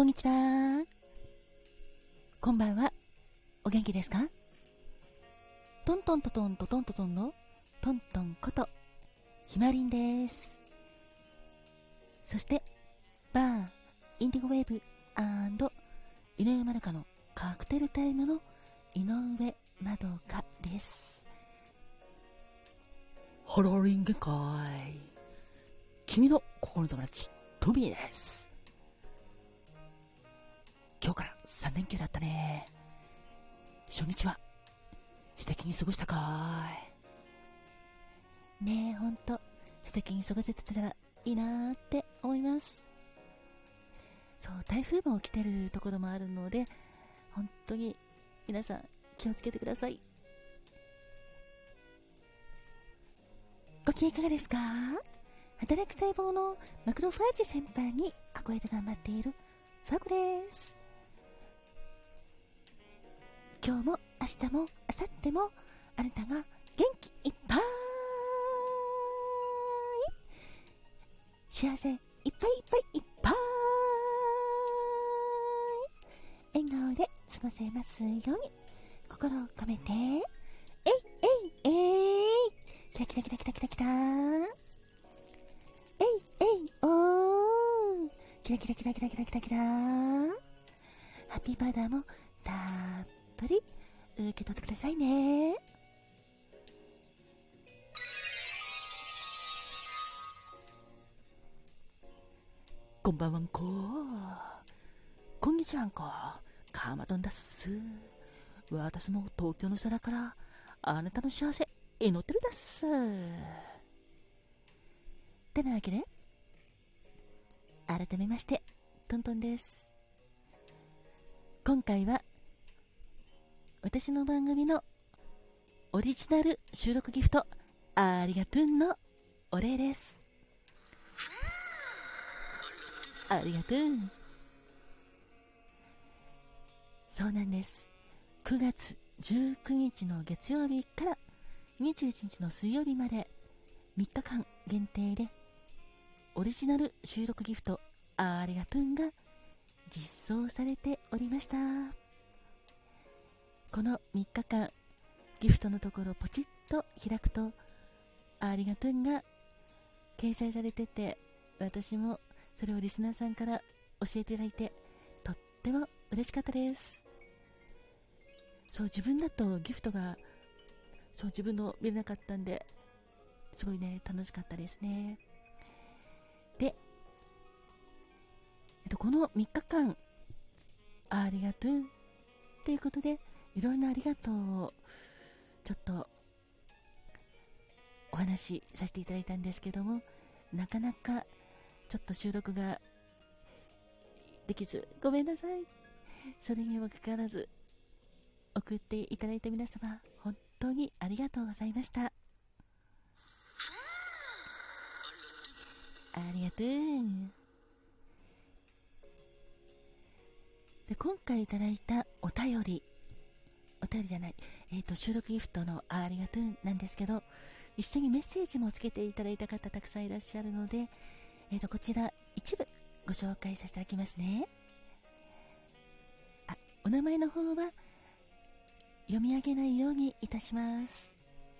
んにちは。こんばんは。お元気ですか？トントントトントトントトンのトントンことひまりんです。そしてバーインディゴウェーブ&井上まどかのカクテルタイムの井上まどかです。ハローリン限界。君の心の友達トミーです。今日から3連休だったね。初日は素敵に過ごしたかい？ねえ、ほんと素敵に過ごせてたらいいなーって思います。そう、台風も来てるところもあるので、本当に皆さん気をつけてください。ご機嫌いかがですか？働く細胞のマクロファージ先輩に憧れて頑張っているファグです。今日も明日も明後日もあなたが元気いっぱい、幸せいっぱいいっぱいいっぱい、笑顔で過ごせますように心を込めて、えいえいえい、キラキラキラキラキラキラ、えいえいおー、キラキラキラキラキラキラキラ、ハッピーバーダーもたっぷり受け取ってくださいね。こんばんはんこ、こんにちはんこ、かまどんだっす。私も東京の空からあなたの幸せ祈ってるだっす。てなわけで改めましてトントンです。今回は私の番組のオリジナル収録ギフトありがとうのお礼です。ありがとう。そうなんです。9月19日の月曜日から21日の水曜日まで3日間限定でオリジナル収録ギフトありがとうが実装されておりました。この3日間ギフトのところポチッと開くとありがとうが掲載されてて、私もそれをリスナーさんから教えていただいてとっても嬉しかったです。そう、自分だとギフトが自分の見れなかったんで、すごいね、楽しかったですね。で、この3日間ありがとうっていうことでいろんなありがとうをちょっとお話しさせていただいたんですけども、なかなかちょっと収録ができずごめんなさい。それにもかかわらず送っていただいた皆様本当にありがとうございました。ありがとう。で、今回いただいたお便りじゃない、収録ギフトのありがとうなんですけど、一緒にメッセージもつけていただいた方たくさんいらっしゃるので、こちら一部ご紹介させていただきますね。お名前の方は読み上げないようにいたします。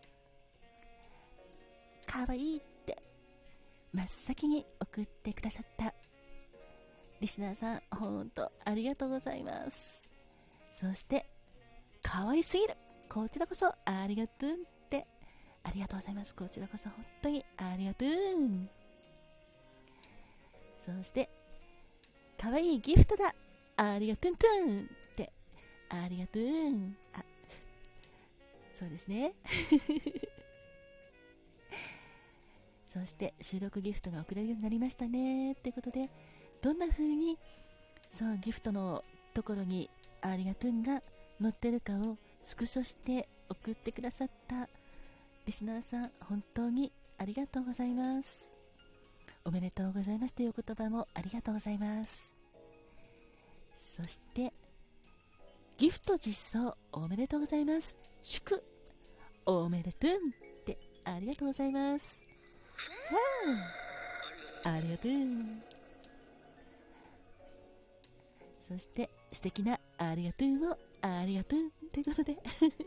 かわいいって真っ先に送ってくださったリスナーさん、ほんとありがとうございます。そしてかわいすぎる、こちらこそありがとうって、ありがとうございます。こちらこそ本当にありがとう。そしてかわいいギフトだ、ありがとうって、ありがとう。そうですねそして収録ギフトが送れるようになりましたねってことで、どんな風にギフトのところにありがとうが載ってるかをスクショして送ってくださったリスナーさん、本当にありがとうございます。おめでとうございますという言葉もありがとうございます。そしてギフト実装おめでとうございます、祝おめでとうってありがとうございます。ありがとう。 そして素敵なありがとうをありがとうということで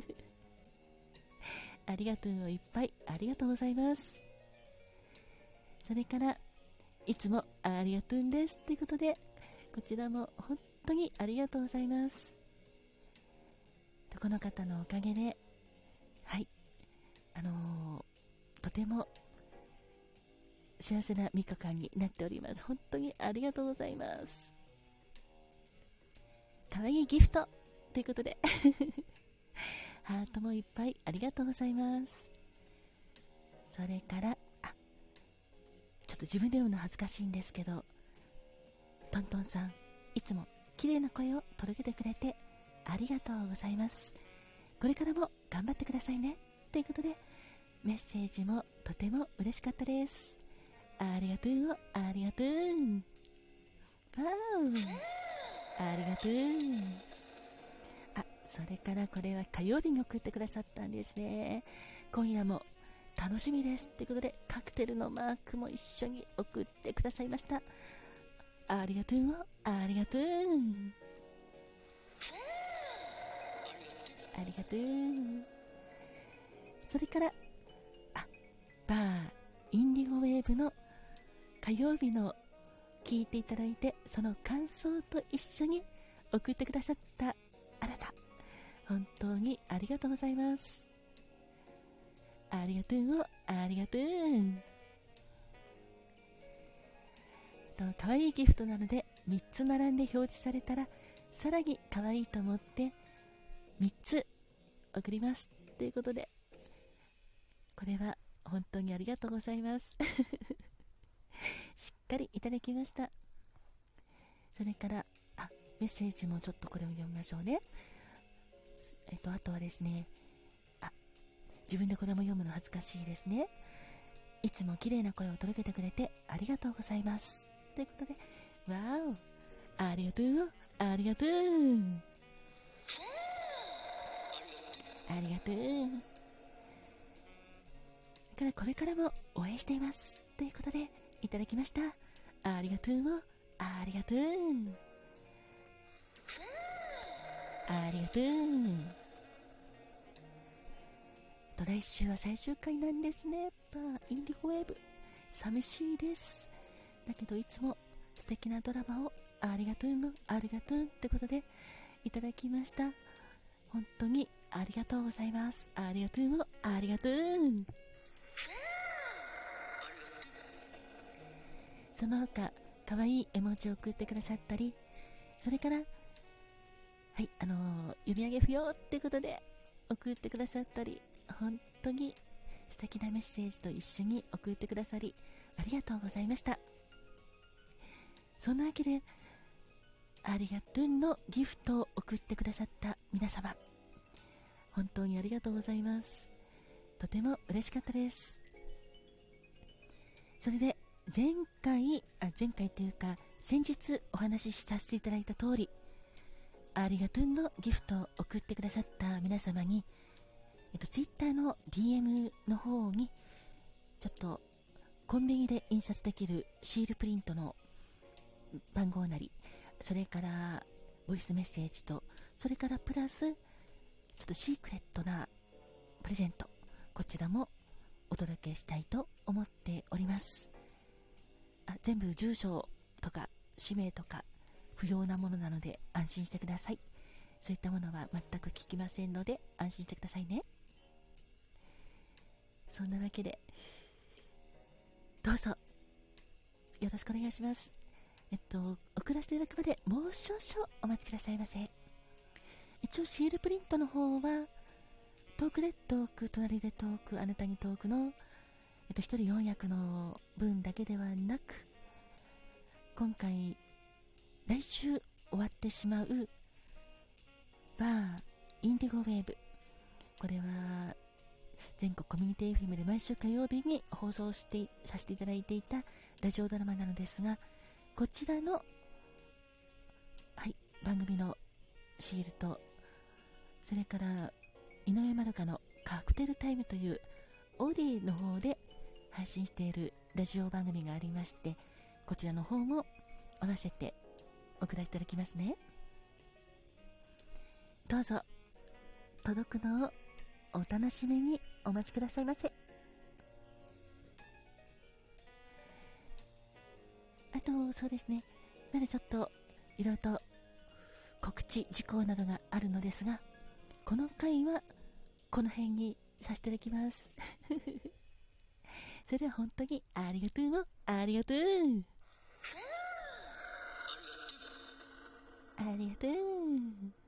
ありがとうをいっぱいありがとうございます。それからいつもありがとうですということで、こちらも本当にありがとうございます。この方のおかげで、はい、とても幸せな3日間になっております。本当にありがとうございます。かわいいギフトということでハートもいっぱいありがとうございます。それからちょっと自分で読むの恥ずかしいんですけど、トントンさん、いつも綺麗な声を届けてくれてありがとうございます。これからも頑張ってくださいねということで、メッセージもとても嬉しかったです。ありがとう、ありがとう、わー、ありがとう。それからこれは火曜日に送ってくださったんですね。今夜も楽しみですということで、カクテルのマークも一緒に送ってくださいました。ありがとう、ありがとう、ありがとう。それからバーインディゴウェーブの火曜日の聞いていただいて、その感想と一緒に送ってくださったあなた、本当にありがとうございます。ありがとう、ありがとう。かわいいギフトなので3つ並んで表示されたらさらにかわいいと思って3つ送りますということで、これは本当にありがとうございますしっかりいただきました。それからメッセージもちょっとこれを読みましょうね。あとはですね、自分でこれも読むの恥ずかしいですね。いつも綺麗な声を届けてくれてありがとうございますということで、わお、ありがとう、ありがとう、ありがとう。からこれからも応援していますということでいただきました。ありがとう、ありがとう、ありがとう。来週は最終回なんですね。バーインディゴウェーブ、寂しいです。だけどいつも素敵なドラマをありがとうのありがとうってことでいただきました。本当にありがとうございます。ありがとうもありがとう。その他かわいい絵文字を送ってくださったり、それから読み上げ不要ってことで送ってくださったり、本当に素敵なメッセージと一緒に送ってくださりありがとうございました。そんなわけでありがとうのギフトを送ってくださった皆様、本当にありがとうございます。とても嬉しかったです。それで前回というか先日お話しさせていただいた通り、ありがとうのギフトを送ってくださった皆様に、ツイッターの DM の方にちょっとコンビニで印刷できるシールプリントの番号なり、それからボイスメッセージと、それからプラスちょっとシークレットなプレゼント、こちらもお届けしたいと思っております。全部住所とか氏名とか不要なものなので安心してください。そういったものは全く聞きませんので安心してくださいね。そんなわけでどうぞよろしくお願いします。送らせていただくまでもう少々お待ちくださいませ。一応シールプリントの方はトークでトーク、隣でトーク、あなたにトークの一人4役の分だけではなく、今回来週終わってしまうバーインディゴウェーブ、これは全国コミュニティ FM で毎週火曜日に放送させていただいていたラジオドラマなのですが、こちらの、番組のシールと、それから井上まどかのカクテルタイムというオーディの方で配信しているラジオ番組がありまして、こちらの方も合わせて送らせていただきますね。 どうぞ届くのをお楽しみにお待ちくださいませ。あとそうですね、まだちょっといろいろと告知事項などがあるのですが、この回はこの辺にさせていただきますそれでは本当にありがとう、ありがとう、ありがとう。